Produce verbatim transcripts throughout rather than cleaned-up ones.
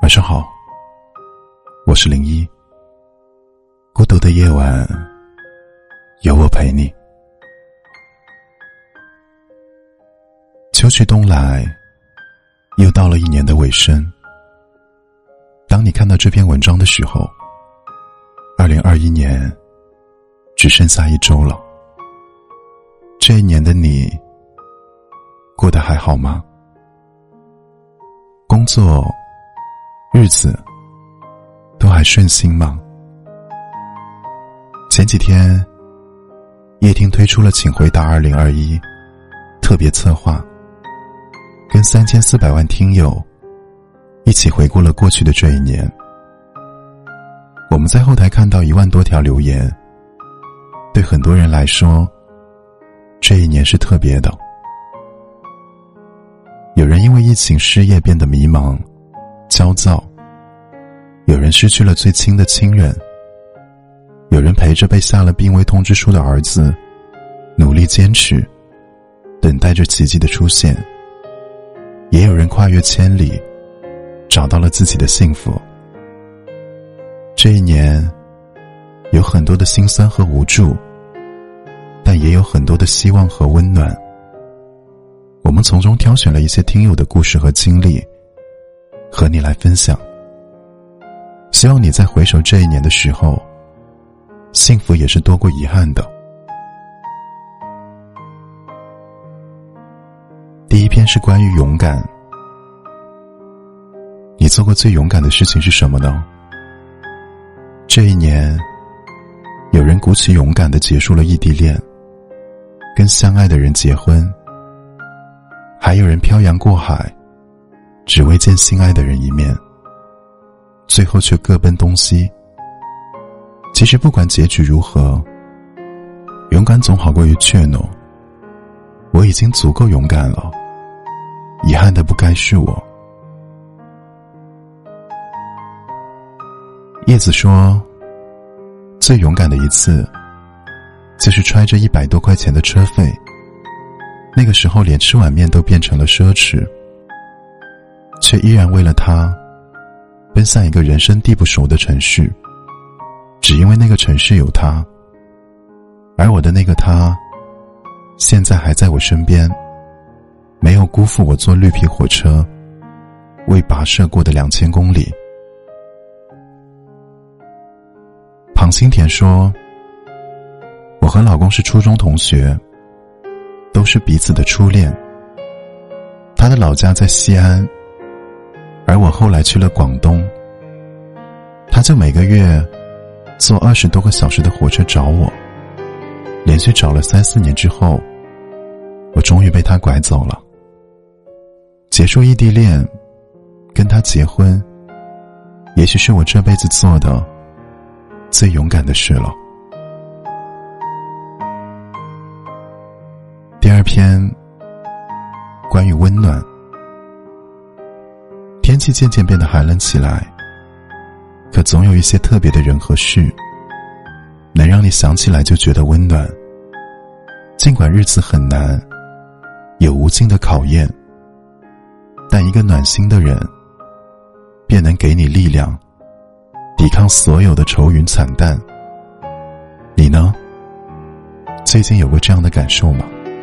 晚上好，我是零一。孤独的夜晚，有我陪你。秋去冬来，又到了一年的尾声。当你看到这篇文章的时候，二零二一年只剩下一周了。这一年的你过得还好吗？工作日子都还顺心吗？前几天叶听推出了请回答二零二一特别策划，跟三千四百万听友一起回顾了过去的这一年。我们在后台看到一万多条留言，对很多人来说这一年是特别的。有人因为疫情失业变得迷茫焦躁，有人失去了最亲的亲人，有人陪着被下了病危通知书的儿子努力坚持，等待着奇迹的出现，也有人跨越千里找到了自己的幸福。这一年有很多的辛酸和无助，但也有很多的希望和温暖。我们从中挑选了一些听友的故事和经历和你来分享，希望你在回首这一年的时候，幸福也是多过遗憾的。第一篇是关于勇敢。你做过最勇敢的事情是什么呢？这一年，有人鼓起勇敢地结束了异地恋，跟相爱的人结婚，还有人漂洋过海，只为见心爱的人一面，最后却各奔东西。其实不管结局如何，勇敢总好过于怯懦。我已经足够勇敢了，遗憾的不该是我。叶子说，最勇敢的一次就是揣着一百多块钱的车费，那个时候连吃碗面都变成了奢侈，却依然为了他奔向一个人生地不熟的城市，只因为那个城市有他，而我的那个他现在还在我身边，没有辜负我坐绿皮火车为跋涉过的两千公里。庞新田说，我和老公是初中同学，都是彼此的初恋。他的老家在西安，而我后来去了广东，他就每个月坐二十多个小时的火车找我，连续找了三四年之后，我终于被他拐走了。结束异地恋，跟他结婚，也许是我这辈子做的最勇敢的事了。第二篇关于温暖。天气渐渐变得寒冷起来，可总有一些特别的人和事能让你想起来就觉得温暖。尽管日子很难，有无尽的考验，但一个暖心的人便能给你力量，抵抗所有的愁云惨淡。你呢？最近有过这样的感受吗？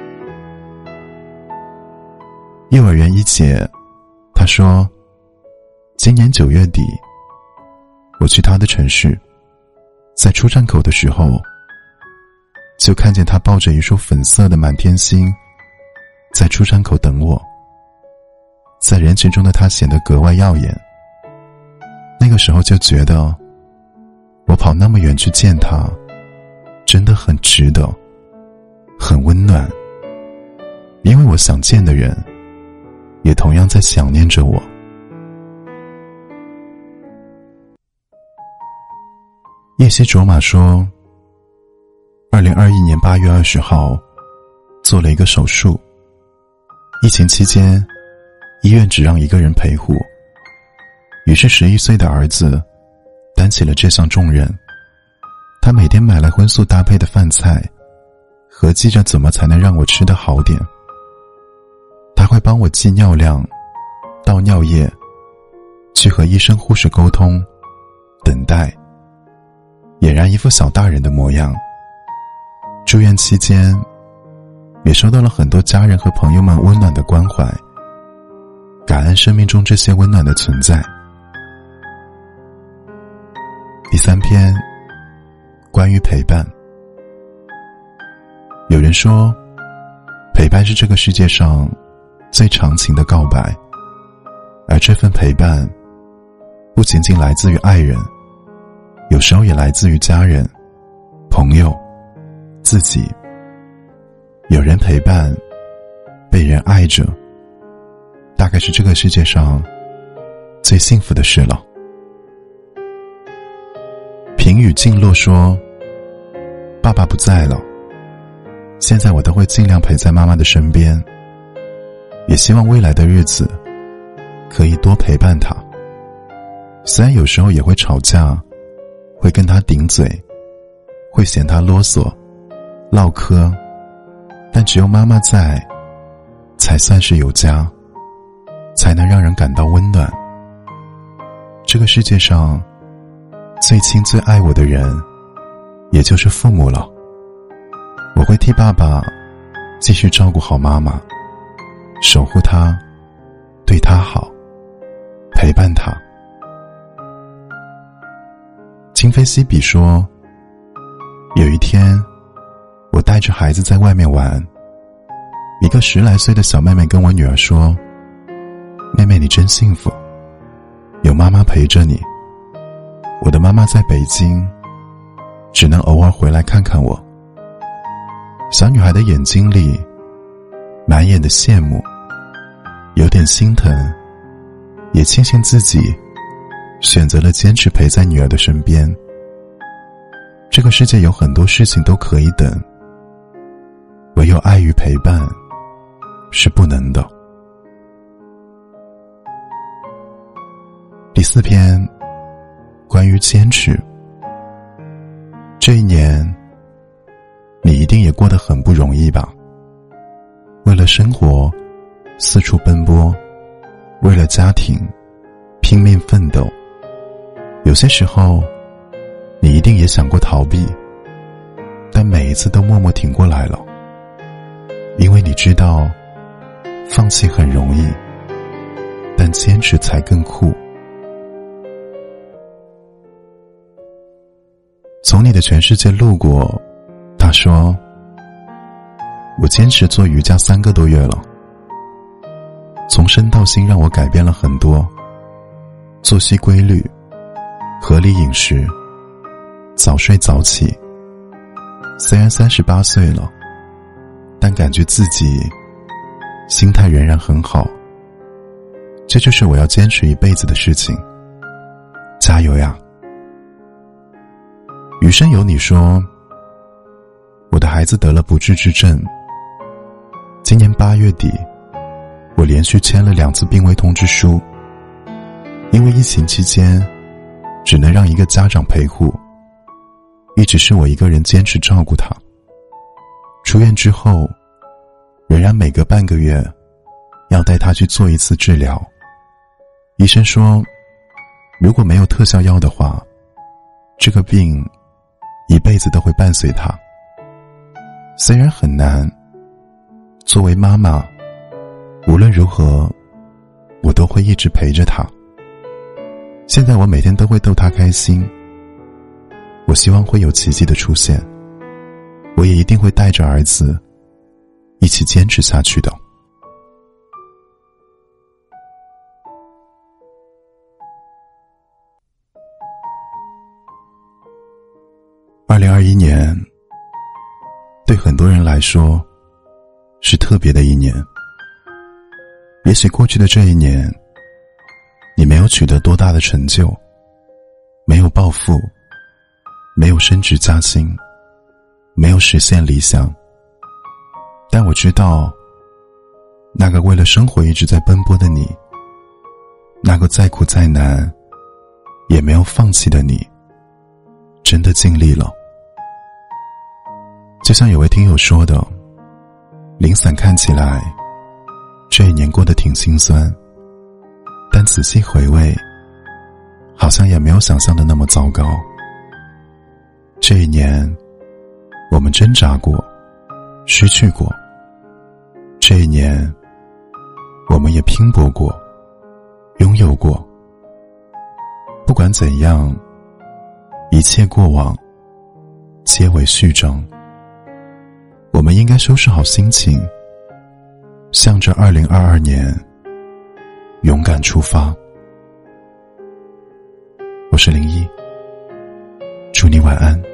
幼儿园一姐她说，今年九月底我去她的城市，在出站口的时候就看见她抱着一束粉色的满天星在出站口等我，在人群中的她显得格外耀眼。那个时候就觉得我跑那么远去见她真的很值得，很温暖，因为我想见的人也同样在想念着我。叶西卓玛说，二零二一年八月二十号做了一个手术，疫情期间医院只让一个人陪护，于是十一岁的儿子担起了这项重任。他每天买来荤素搭配的饭菜，合计着怎么才能让我吃得好点。他会帮我计尿量、倒尿液， 去和医生护士沟通，等待，俨然一副小大人的模样。住院期间也收到了很多家人和朋友们温暖的关怀，感恩生命中这些温暖的存在。第三篇，关于陪伴。有人说，陪伴是这个世界上最长情的告白，而这份陪伴不仅仅来自于爱人，有时候也来自于家人、朋友、自己。有人陪伴，被人爱着，大概是这个世界上最幸福的事了。平雨静落说，爸爸不在了，现在我都会尽量陪在妈妈的身边，也希望未来的日子可以多陪伴她。虽然有时候也会吵架，会跟她顶嘴，会嫌她啰嗦唠嗑，但只有妈妈在，才算是有家，才能让人感到温暖。这个世界上最亲最爱我的人，也就是父母了。我会替爸爸继续照顾好妈妈，守护她，对她好，陪伴她。今非昔比说，有一天我带着孩子在外面玩，一个十来岁的小妹妹跟我女儿说，妹妹你真幸福，有妈妈陪着你，我的妈妈在北京，只能偶尔回来看看我。小女孩的眼睛里满眼的羡慕，有点心疼，也庆幸自己选择了坚持陪在女儿的身边。这个世界有很多事情都可以等，唯有爱与陪伴是不能的。第四篇，关于坚持。这一年你一定也过得很不容易吧？为了生活四处奔波，为了家庭拼命奋斗。有些时候你一定也想过逃避，但每一次都默默挺过来了，因为你知道放弃很容易，但坚持才更酷。从你的全世界路过，他说，我坚持做瑜伽三个多月了，从身到心让我改变了很多，作息规律，合理饮食，早睡早起。虽然三十八岁了，但感觉自己心态仍然很好。这就是我要坚持一辈子的事情，加油呀！余生有你说，我的孩子得了不治之症，今年八月底我连续签了两次病危通知书，因为疫情期间只能让一个家长陪护，一直是我一个人坚持照顾他。出院之后仍然每隔半个月要带他去做一次治疗，医生说如果没有特效药的话，这个病一辈子都会伴随他。虽然很难，作为妈妈，无论如何我都会一直陪着他。现在我每天都会逗他开心，我希望会有奇迹的出现，我也一定会带着儿子一起坚持下去的。二零二一年对很多人来说是特别的一年。也许过去的这一年你没有取得多大的成就，没有暴富，没有升职加薪，没有实现理想，但我知道那个为了生活一直在奔波的你，那个再苦再难也没有放弃的你，真的尽力了。就像有位听友说的，零散看起来这一年过得挺心酸，但仔细回味好像也没有想象的那么糟糕。这一年，我们挣扎过，失去过。这一年，我们也拼搏过，拥有过。不管怎样，一切过往皆为序章。我们应该收拾好心情，向着二零二二年勇敢出发。我是零一，祝你晚安。